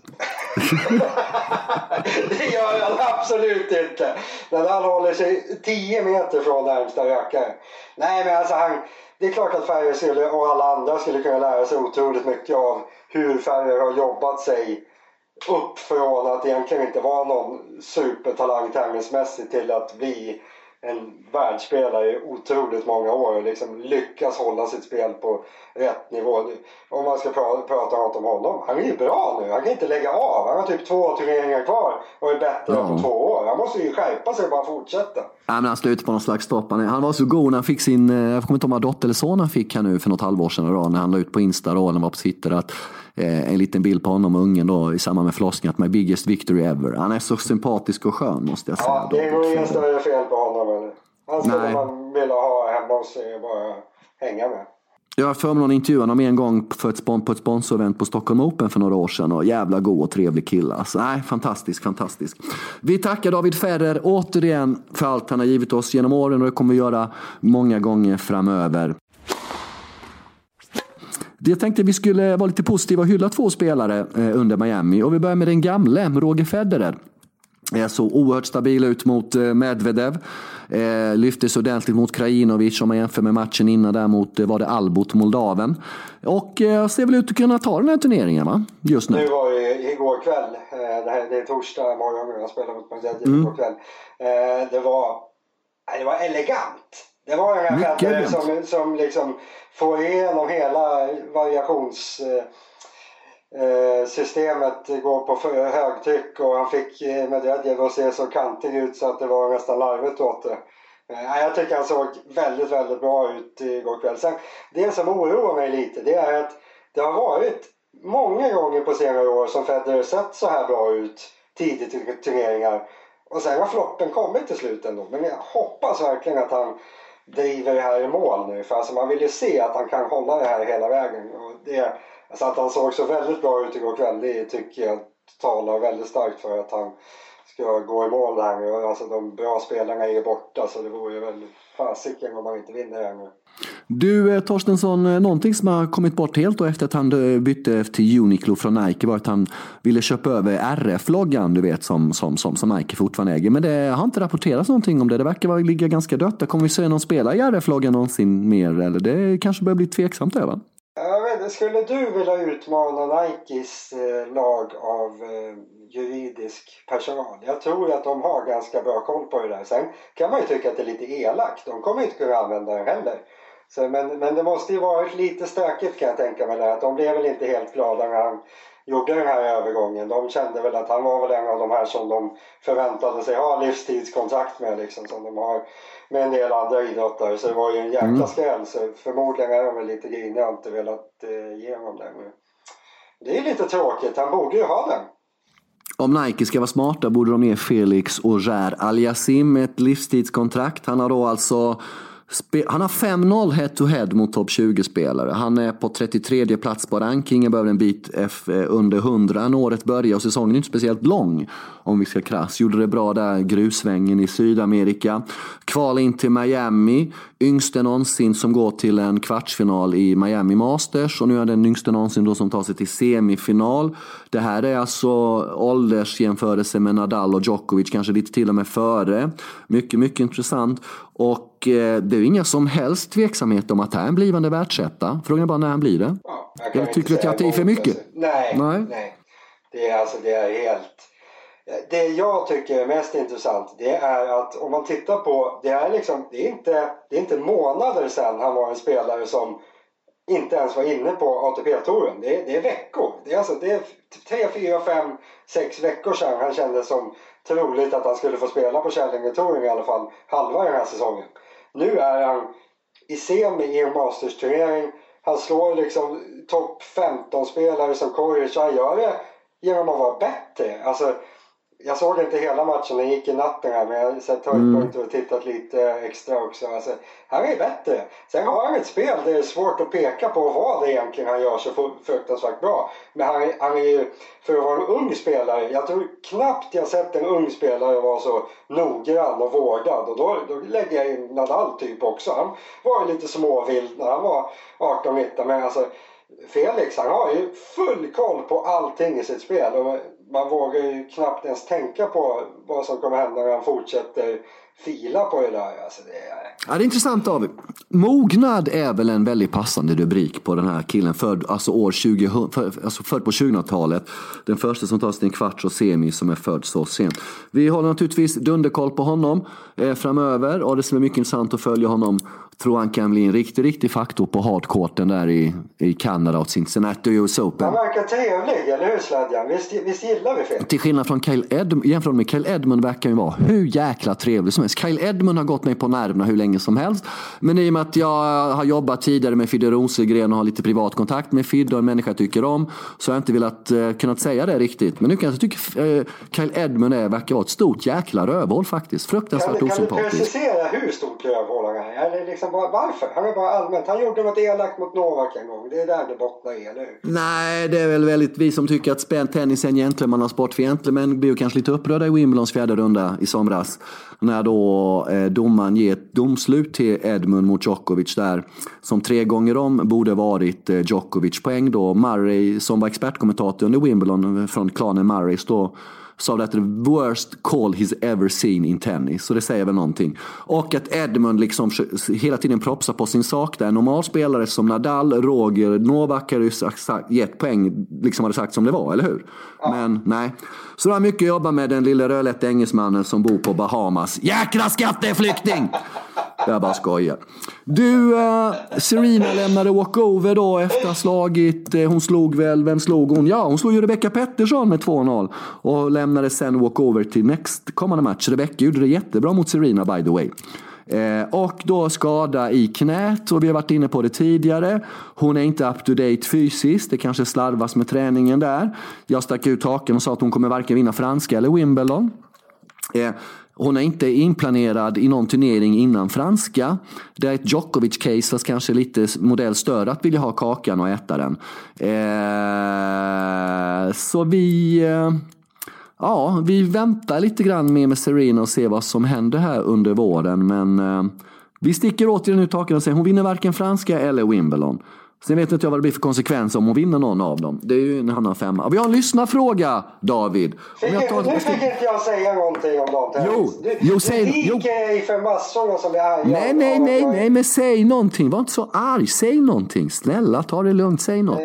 Det gör han absolut inte. Nadal håller sig tio meter från närmsta rökare. Nej, men alltså han, det är klart att Ferrer skulle, och alla andra skulle kunna lära sig otroligt mycket av hur Ferrer har jobbat sig upp från att egentligen inte vara någon supertalang tennismässigt till att bli en världsspelare i otroligt många år och liksom lyckas hålla sitt spel på rätt nivå. Om man ska pra- prata något om honom, han är ju bra nu, han kan inte lägga av, han har typ två turneringar kvar och är bättre mm. på två år. Han måste ju skärpa sig och bara fortsätta. Ja, men han slutar på någon slags stopp. Han var så god när han fick sin, jag kommer inte ihåg om dotter eller son han fick här nu för något halvår sedan då, när han la ut på Insta då, när han var på Twitter att eh, en liten bild på honom och ungen då i samband med förlossningen, att my biggest victory ever. Han är så sympatisk och skön, måste jag säga. Ja, det går ingen större fel på honom eller? Han skulle Nej. man vilja ha hemma hos sig och bara hänga med. Jag har för mig någon intervju honom en gång för ett spon- på ett sponsorevent på Stockholm Open för några år sedan. Och jävla god och trevlig kille. Alltså, nej, fantastisk, fantastisk. Vi tackar David Ferrer återigen för allt han har givit oss genom åren. Och det kommer vi göra många gånger framöver. Jag tänkte vi skulle vara lite positiva och hylla två spelare under Miami. Och vi börjar med den gamle, Roger Federer. Är så oerhört stabil ut mot Medvedev. Eh, lyftes ordentligt mot Krajinovic om man jämför med matchen innan där mot, var det Albot, Moldaven. Och eh, ser väl ut att kunna ta den här turneringen, va? Just nu. Nu var det igår kväll. Eh, det, här, det är torsdag morgon. Jag spelar mot Medvedev mm. igår kväll. Eh, det var det var elegant. Det var den här Federer som, som liksom får igenom hela variations... Eh, systemet går på högtryck och han fick Medvedev att se så kantig ut så att det var nästan larvigt åt det. Jag tycker han såg väldigt, väldigt bra ut igår kväll. Sen, det som oroar mig lite, det är att det har varit många gånger på senare år som Federer sett så här bra ut tidigt i turneringar. Och sen har floppen kommit till slut ändå. Men jag hoppas verkligen att han driver det här i mål nu. För alltså man vill ju se att han kan hålla det här hela vägen. Och det, alltså att han såg så väldigt bra ut igår kväll, det tycker jag talar väldigt starkt för att han ska gå i mål här. Alltså de bra spelarna är ju borta, så det vore ju väldigt fasiken om man inte vinner här nu. Du Torstensson, någonting som har kommit bort helt och efter att han bytte till Uniqlo från Nike var att han ville köpa över R F-loggan, du vet, som, som, som, som Nike fortfarande äger. Men det har inte rapporterats någonting om det. Det verkar vara, ligga ganska dött. Kommer vi se någon spela i R F-loggan någonsin mer? Eller det kanske börjar bli tveksamt över? Jag vet skulle, skulle du vilja utmana Nikes eh, lag av eh, juridisk personal? Jag tror att de har ganska bra koll på det där. Sen kan man ju tycka att det är lite elakt. De kommer inte kunna använda den heller. Så, men, men det måste ju varit lite stökigt kan jag tänka mig där. Att de blev väl inte helt glada när han gjorde den här övergången. De kände väl att han var väl en av de här som de förväntade sig ha livstidskontrakt med liksom, som de har med en del andra idrottare. Så det var ju en jäkla mm. skräll. Så förmodligen är de väl lite griniga och inte velat eh, ge honom den. Men det är lite tråkigt. Han borde ju ha den. Om Nike ska vara smarta borde de ge Felix Auger Aliassime ett livstidskontrakt. Han har då alltså Han har fem noll head-to-head mot topp tjugo-spelare. Han är på trettiotredje plats på rankingen, behöver en bit F under hundra när året börjar. Och säsongen är inte speciellt lång, om vi ska krass. Gjorde det bra där, grusvängen i Sydamerika. Kval in till Miami. Yngste någonsin som går till en kvartsfinal i Miami Masters. Och nu är den yngste någonsin då som tar sig till semifinal. Det här är alltså åldersjämförelse med Nadal och Djokovic, kanske lite till och med före. Mycket, mycket intressant. Och eh, det är ju inga som helst tveksamhet om att han är en blivande världsetta. Frågan är bara när han blir det. Ja, jag jag tycker att jag tar i för mycket. Nej, nej, nej. Det är alltså, det är helt... Det jag tycker är mest intressant, det är att om man tittar på... Det är liksom, det är inte, det är inte månader sedan han var en spelare som inte ens var inne på A T P-touren. Det är, det är veckor. Det är alltså, det är tre, fyra, fem, sex veckor sedan han kände som troligt att han skulle få spela på Challenger-touren i alla fall halva den här säsongen. Nu är han i semi i en Masters-turnering. Han slår liksom topp femton-spelare som Coric. Han gör det genom att vara bättre. Alltså, jag såg inte hela matchen, den gick i natten här, men jag har sett höjdpunkter mm. och tittat lite extra också. Alltså, han är bättre. Sen har han ett spel, det är svårt att peka på vad det egentligen han gör så fruktansvärt bra. Men han är, han är ju, för att vara en ung spelare, jag tror knappt jag sett en ung spelare vara så noggrann och vårdad. Och då, då lägger jag in Nadal typ också. Han var ju lite småvild när han var arton nitton, men alltså Felix, han har ju full koll på allting i sitt spel. Och man vågar ju knappt ens tänka på vad som kommer hända när han fortsätter fila på det där. Alltså det är... Ja, det är intressant, David. Mognad är väl en väldigt passande rubrik på den här killen. Född, alltså år tjugo, för, alltså född på tjugohundratalet. Den första som tar sig en kvarts och semi som är född så sent. Vi håller naturligtvis dunderkoll på honom eh, framöver. Och det som är mycket intressant att följa honom, tror han kan bli en riktig, riktig faktor på hardcourten där i, i Kanada och Cincinnati U S Open. Han verkar trevlig, eller hur Sladjan? Visst, visst gillar vi fel? Till skillnad från Kyle Edmund, jämfört med Kyle Edmund verkar ju vara hur jäkla trevlig som helst. Kyle Edmund har gått mig på nerverna hur länge som helst. Men i och med att jag har jobbat tidigare med Fidde Rosengren och har lite privat kontakt med Fidde och en människa tycker om, så har jag inte velat uh, kunnat säga det riktigt. Men nu kan jag tycka uh, Kyle Edmund är, verkar vara ett stort jäkla rövhål faktiskt. Fruktansvärt kan, osympatisk. Kan du precisera hur stort rövhål han är? Eller liksom bara, varför? Han är bara allmänt. Han gjorde något elakt mot Novak en gång. Det är där det bottnar i, eller hur? Nej, det är väl väldigt vi som tycker att spänn tennis är en gentlemannasport för gentlemän blir kanske lite upprörda i Wimbledons fjärde runda i somras. När då eh, domaren ger ett domslut till Edmund mot Djokovic där. Som tre gånger om borde varit eh, Djokovic poäng då. Murray som var expertkommentator under Wimbledon från klanen Murrays då sa det att the worst call he's ever seen in tennis. Så det säger väl någonting. Och att Edmund liksom hela tiden propsar på sin sak där. En normal spelare som Nadal, Roger, Novak hade ju gett poäng, liksom hade sagt som det var, eller hur? Ja. Men nej. Så det har mycket att jobba med den lilla rödlätta engelsmannen som bor på Bahamas. Jäkla skatteflykting! Jag bara skojar. Du, uh, Serena lämnade walkover då efter att ha slagit, uh, hon slog väl, vem slog hon? Ja, hon slog ju Rebecca Pettersson med två noll och lämnade sen walkover till näst kommande match. Rebecca gjorde det jättebra mot Serena, by the way. Eh, och då skada i knät, och vi har varit inne på det tidigare. Hon är inte up to date fysiskt, det kanske slarvas med träningen där. Jag stack ut haken och sa att hon kommer varken vinna franska eller Wimbledon. Eh, Hon är inte inplanerad i någon turnering innan franska. Det är ett Djokovic-case fast kanske lite modell större att vilja ha kakan och äta den. Eh, så vi... Eh, ja, vi väntar lite grann med, med Serena och ser vad som händer här under våren. Men eh, vi sticker åt i den nu taken och säger hon vinner varken franska eller Wimbledon. Sen vet inte jag vad det blir för konsekvenser om hon vinner någon av dem. Det är ju en annan femma. Vi har en lyssnarfråga, David. Fick, jag tar... Nu fick inte jag säga någonting om dem. Jo, du jo, säg, du viker dig för massorna som är arga. Nej, nej, nej, jag... nej, men säg någonting. Var inte så arg. Säg någonting. Snälla, ta det lugnt. Säg något.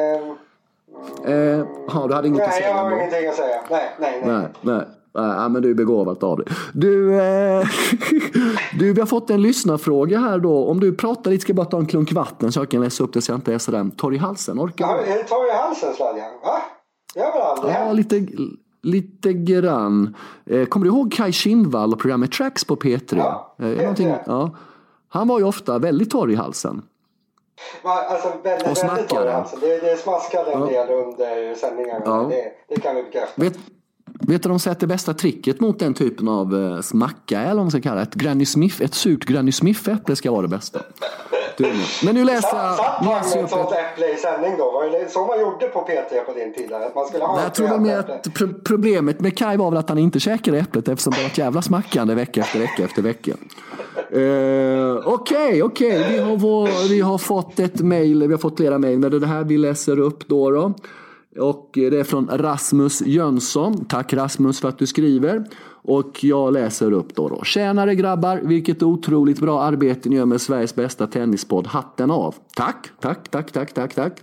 Eh, eh, ja, du hade inget nej, att säga. Nej, jag har då. ingenting att säga. Nej, nej, nej. Nej, nej. Ja, men du är begåvat av det. Du, eh, du, vi har fått en lyssnarfråga här då. Om du pratar lite ska jag bara ta en klunk vatten så jag kan läsa upp det så jag inte är sådär torr i halsen. Orkar ja, är det torr i halsen, Sladjan? Va? Jag vill aldrig. Ja, lite, lite grann. Eh, kommer du ihåg Kai Kindvall och programmet Tracks på P tre? Ja, eh, P tre. Ja. Han var ju ofta väldigt torr i halsen. Va, alltså väldigt, väldigt torr i halsen. Det, det smaskade en ja. del under sändningarna. Ja. Det, det kan vi bekräfta. Vet, Vet du de sätter bästa tricket mot den typen av uh, smacka eller vad man ska kalla det? Ett Granny Smith, ett surt Granny Smith-äpple ska vara det bästa. Men nu läser jag... Satt man med ett sånt äpple i sändning då? Var det så man gjorde på P tre på din tid? Att man skulle ha jag tror väl med att pro- problemet med Kai var väl att han inte käkade äpplet eftersom det var ett jävla smackande vecka efter vecka efter vecka. Okej, uh, okej. Okay, okay. vi, har vi har fått ett mejl, vi har fått flera mejl med det här vi läser upp då då. Och det är från Rasmus Jönsson. Tack Rasmus för att du skriver. Och jag läser upp då då. Tjänare grabbar, vilket otroligt bra arbete ni gör med Sveriges bästa tennispodd. Hatten av. Tack, tack, tack, tack, tack, tack.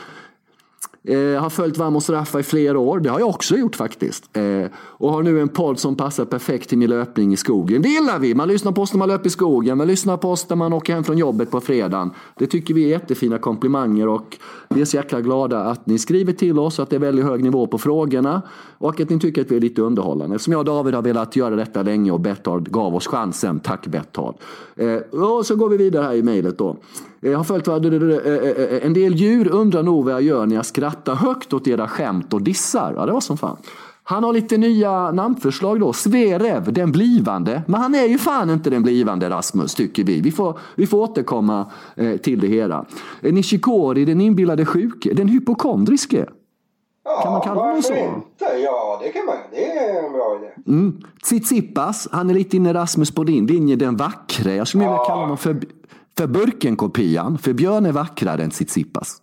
Jag har följt Vamos Raffa i flera år. Det har jag också gjort faktiskt. Eh, och har nu en podd som passar perfekt till min löpning i skogen. Det gillar vi. Man lyssnar på oss när man löper i skogen. Man lyssnar på oss när man åker hem från jobbet på fredagen. Det tycker vi är jättefina komplimanger. Och vi är så jäkla glada att ni skriver till oss. Att det är väldigt hög nivå på frågorna. Och att ni tycker att vi är lite underhållande. Som jag och David har velat göra detta länge. Och Betthard gav oss chansen. Tack Betthard. Eh, och så går vi vidare här i mejlet då. Jag har följt vad en del djur undrar nog vad jag gör när jag skrattar högt åt era skämt och dissar. Ja, det var som fan. Han har lite nya namnförslag då. Sverev, den blivande. Men han är ju fan inte den blivande Rasmus, tycker vi. Vi får, vi får återkomma eh, till det hela. Nishikori, den inbillade sjuke. Den hypokondriske. Ja, kan man kalla honom så? Inte? Ja, det kan man. Det är en bra idé. Mm. Tsitsipas, han är lite inne Rasmus på din linje. Den vackre. Jag skulle vilja ja. kalla honom för... För burkenkopian, för Björn är vackrare än Tsitsipas.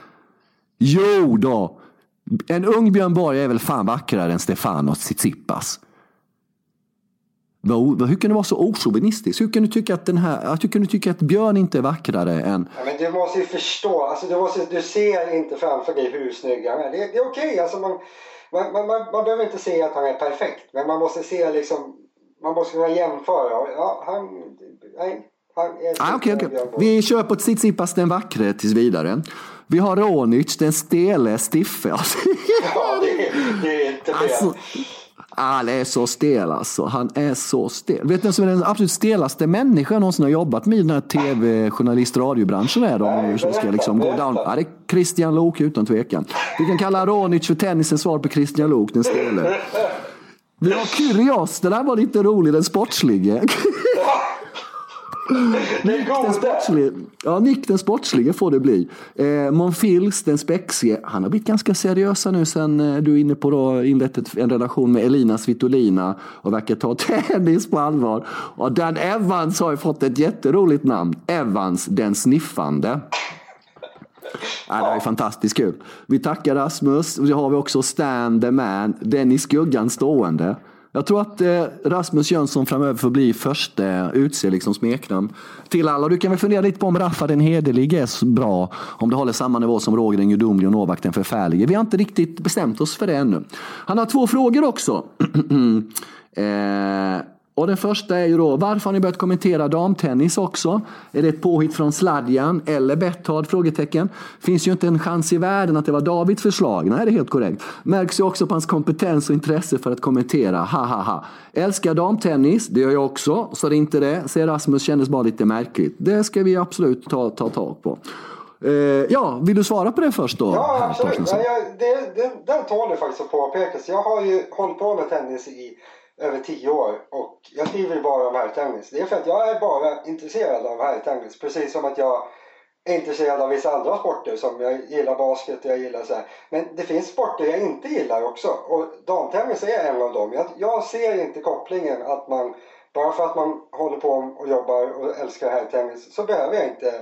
Jo då, en ung Björn Borg är väl fan vackrare än Stefanos Tsitsipas. Hur kan du vara så ochovinistisk? Hur kan du tycka att den här, hur kan du tycka att Björn inte är vackrare än... Ja, men du måste ju förstå, alltså du, måste, du ser inte framför dig hur snygg han är. Det, det är okej, okay. Alltså man, man, man, man, man behöver inte se att han är perfekt. Men man måste se liksom, man måste kunna jämföra. Ja, han, nej. Ah, okay, okay. Vi kör på Tsitsipas den vackre tills vidare. Vi har Raonic den stele stiffe. Ja, det, det är inte det. Alltså, han är så stel alltså. Han är så stel. Vet ni som är den absolut stelaste människan jag någonsin har jobbat med i den här tv-journalist radiobranschen är de som ska liksom gå down. Ja, det är Christian Lok utan tvekan. Vi kan kalla Raonic för tennisens svar på Christian Lok den stele. Vi har Kyrgios, den här var lite rolig, den sportslige. Nick den sportslige, ja, Nick den sportslige får det bli. Eh, Monfils den spexige. Han har blivit ganska seriösa nu sen eh, du är inne på då inlett ett, en relation med Elina Svitolina och verkar ta tennis på allvar. Och Dan Evans har ju fått ett jätteroligt namn. Evans den sniffande. Ja, det är fantastiskt kul. Vi tackar Rasmus. Vi har vi också Stan the man, den i skuggan stående. Jag tror att eh, Rasmus Jönsson framöver får bli första eh, utse liksom smeknamn till alla. Du kan väl fundera lite på om Rafa den hederlige är så bra. Om det håller samma nivå som Roger den gudomlige och Novak den förfärlige. Vi har inte riktigt bestämt oss för det ännu. Han har två frågor också. eh... Och den första är ju då, varför har ni börjat kommentera damtennis också? Är det ett påhitt från Sladjan eller Betthard? Frågetecken. Finns ju inte en chans i världen att det var Davids förslag. Nej, det är helt korrekt. Märks ju också på hans kompetens och intresse för att kommentera. Ha, ha, ha. Älskar damtennis, det gör jag också. Så det är inte det. Så Rasmus kändes bara lite märkligt. Det ska vi absolut ta, ta tag på. Uh, ja, vill du svara på det först då? Ja, absolut. Ja, jag, det, det, den tål faktiskt att påpekas. Jag har ju hållit på med tennis i över tio år och jag skriver bara om herrtennis. Det är för att jag är bara intresserad av herrtennis. Precis som att jag är intresserad av vissa andra sporter som jag gillar basket och jag gillar så här. Men det finns sporter jag inte gillar också. Och damtennis är en av dem. Jag, jag ser inte kopplingen att man, bara för att man håller på och jobbar och älskar herrtennis så behöver jag inte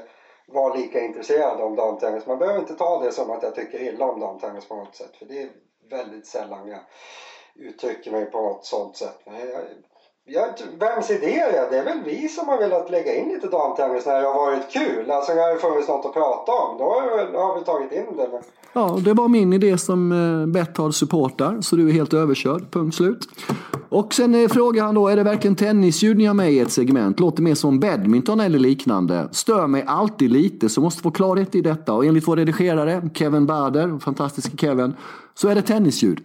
vara lika intresserad av damtennis. Man behöver inte ta det som att jag tycker illa om damtennis på något sätt. För det är väldigt sällan jag uttrycker mig på något sånt sätt. Men jag, jag, vems idé är det? Det är väl vi som har velat lägga in lite damtennis när det har varit kul. Alltså när det funnits något att prata om. Då har, då har vi tagit in det. Men... Ja, det var min idé som eh, Betthard supportar. Så du är helt överkörd. Punkt slut. Och sen är frågan då, är det verkligen tennisljud ni har med i ett segment? Låter mer som badminton eller liknande. Stör mig alltid lite, så måste få klarhet i detta. Och enligt vår redigerare, Kevin Bader, fantastiska Kevin, så är det tennisljud.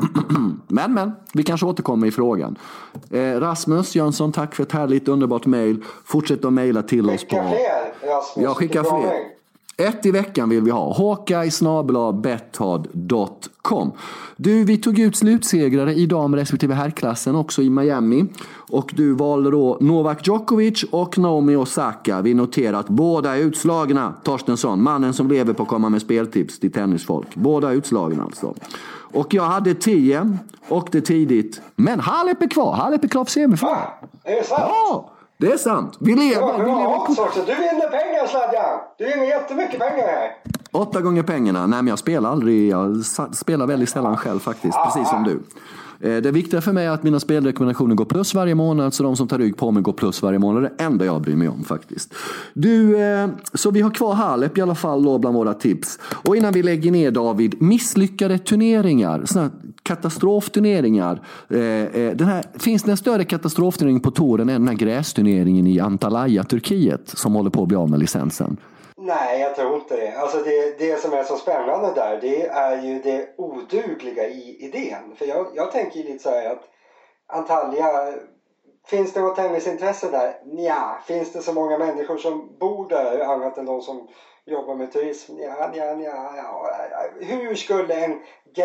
men, men, vi kanske återkommer i frågan. Eh, Rasmus Jönsson, tack för ett härligt, underbart mejl. Fortsätt att mejla till oss på... Skicka fler, Rasmus. Jag skickar fler. Ett i veckan vill vi ha. Hawkeye snabel-a betthard dot com. Du, vi tog ut slutsegrare i dam respektive herrklassen också i Miami. Och du valde då Novak Djokovic och Naomi Osaka. Vi noterar att båda är utslagna. Torstensson, mannen som lever på att komma med speltips till tennisfolk. Båda är utslagna alltså. Och jag hade tio, åkte tidigt. Men Halep är kvar. Halep är klar för semifinal. Är det sant? Ja! Det är sant. Vi lever. Ja, vi lever också. Du vinner pengar, Sladjan. Du vinner jättemycket pengar här. Åtta gånger pengarna. Nej, men jag spelar aldrig. Jag spelar väldigt sällan själv faktiskt. Aha. Precis som du. Det viktiga för mig är att mina spelrekommendationer går plus varje månad. Så de som tar rygg på mig går plus varje månad. Det enda jag bryr mig om faktiskt. Du, så vi har kvar Halep i alla fall då bland våra tips. Och innan vi lägger ner, David. Misslyckade turneringar. Såna katastrofturneringar. Den här, finns det en större katastrofturnering på touren än den här grästurneringen i Antalya, Turkiet, som håller på att bli av med licensen? Nej, jag tror inte det. Alltså det, det som är så spännande där, det är ju det odugliga i idén. För jag, jag tänker ju lite så här att Antalya, finns det något tennisintresse där? Nja. Finns det så många människor som bor där annat än de som jobbar med turism? Nja, nja, nja, ja. Hur skulle en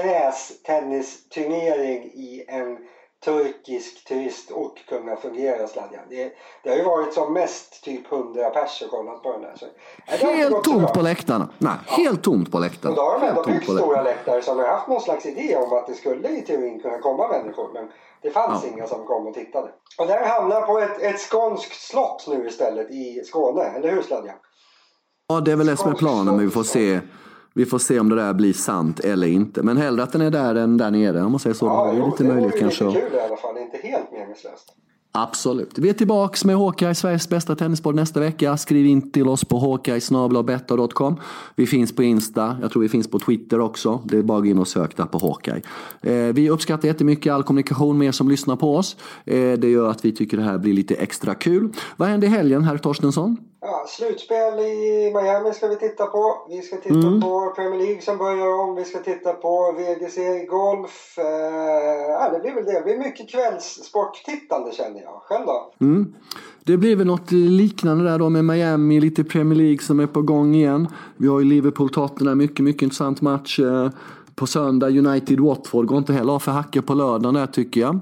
grästennisturnering i en turkisk turistort kunna fungera, Sladjan? Det, det har ju varit som mest typ hundra personer kollat på den där. Så, helt tomt på läktarna. Nej, ja. helt tomt på läktarna. Och då har de ändå byggt stora läktare som har haft någon slags idé om att det skulle i teorin kunna komma människor. Men det fanns ja. inga som kom och tittade. Och där hamnar på ett, ett skånskt slott nu istället i Skåne. Eller hur, Sladjan? Ja, det är väl det som är planen, men vi får se. Vi får se om det där blir sant eller inte. Men hellre att den är där än där nere. Om man säger så. Ja, det är jo, lite det möjligt är kanske. lite kul i alla fall. Inte helt meningslöst. Absolut. Vi är tillbaka med Hawkeye, Sveriges bästa tennispodd nästa vecka. Skriv in till oss på hawkeye snabel-a betthard dot com. Vi finns på Insta. Jag tror vi finns på Twitter också. Det är bara att gå in och söka på Hawkeye. Eh, vi uppskattar jättemycket all kommunikation med er som lyssnar på oss. Eh, det gör att vi tycker det här blir lite extra kul. Vad händer i helgen, herr Torstensson? Ja, slutspel i Miami ska vi titta på. Vi ska titta mm. på Premier League som börjar om. Vi ska titta på V G C Golf. Eh, ja, det blir väl det. Det blir mycket kvällssporttittande, känner jag. Själv då? Mm. Det blir väl något liknande där då med Miami. Lite Premier League som är på gång igen. Vi har ju Liverpool-Tottenham. Mycket, mycket intressant match. Eh, På söndag United-Watford går inte heller för hacker på lördagen där, tycker jag.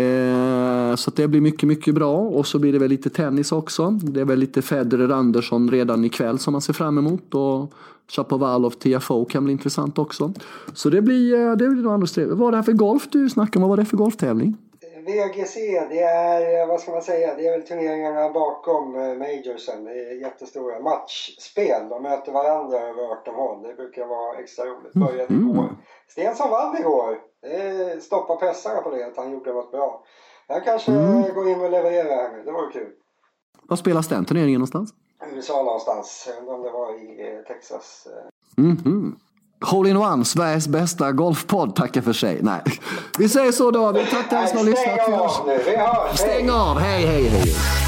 Eh, så att det blir mycket, mycket bra. Och så blir det väl lite tennis också. Det är väl lite Federer Andersson redan ikväll som man ser fram emot. Och Shapovalov T F O kan bli intressant också. Så det blir, det blir nog andra steg. Vad var det här för golf du snackade om? Vad var det för golftävling? V G C, det är, vad ska man säga, det är väl turneringarna bakom majorsen. Det är jättestora matchspel. De möter varandra över arton håll. Det brukar vara extra roligt. Började mm. igår. Stensson vann igår. Det stoppar pressarna på det, att han gjorde något bra. Jag kanske mm. går in och levererar här nu. Det var kul. Vad spelas den turneringen någonstans? U S A någonstans. Om det var i Texas. Mhm. Hole in One, Sveriges bästa golfpodd, tackar för sig. Nej, vi säger så då. Vi tackar er som har lyssnat. Stäng av nu, vi hörs. Stäng av, hej hej hej.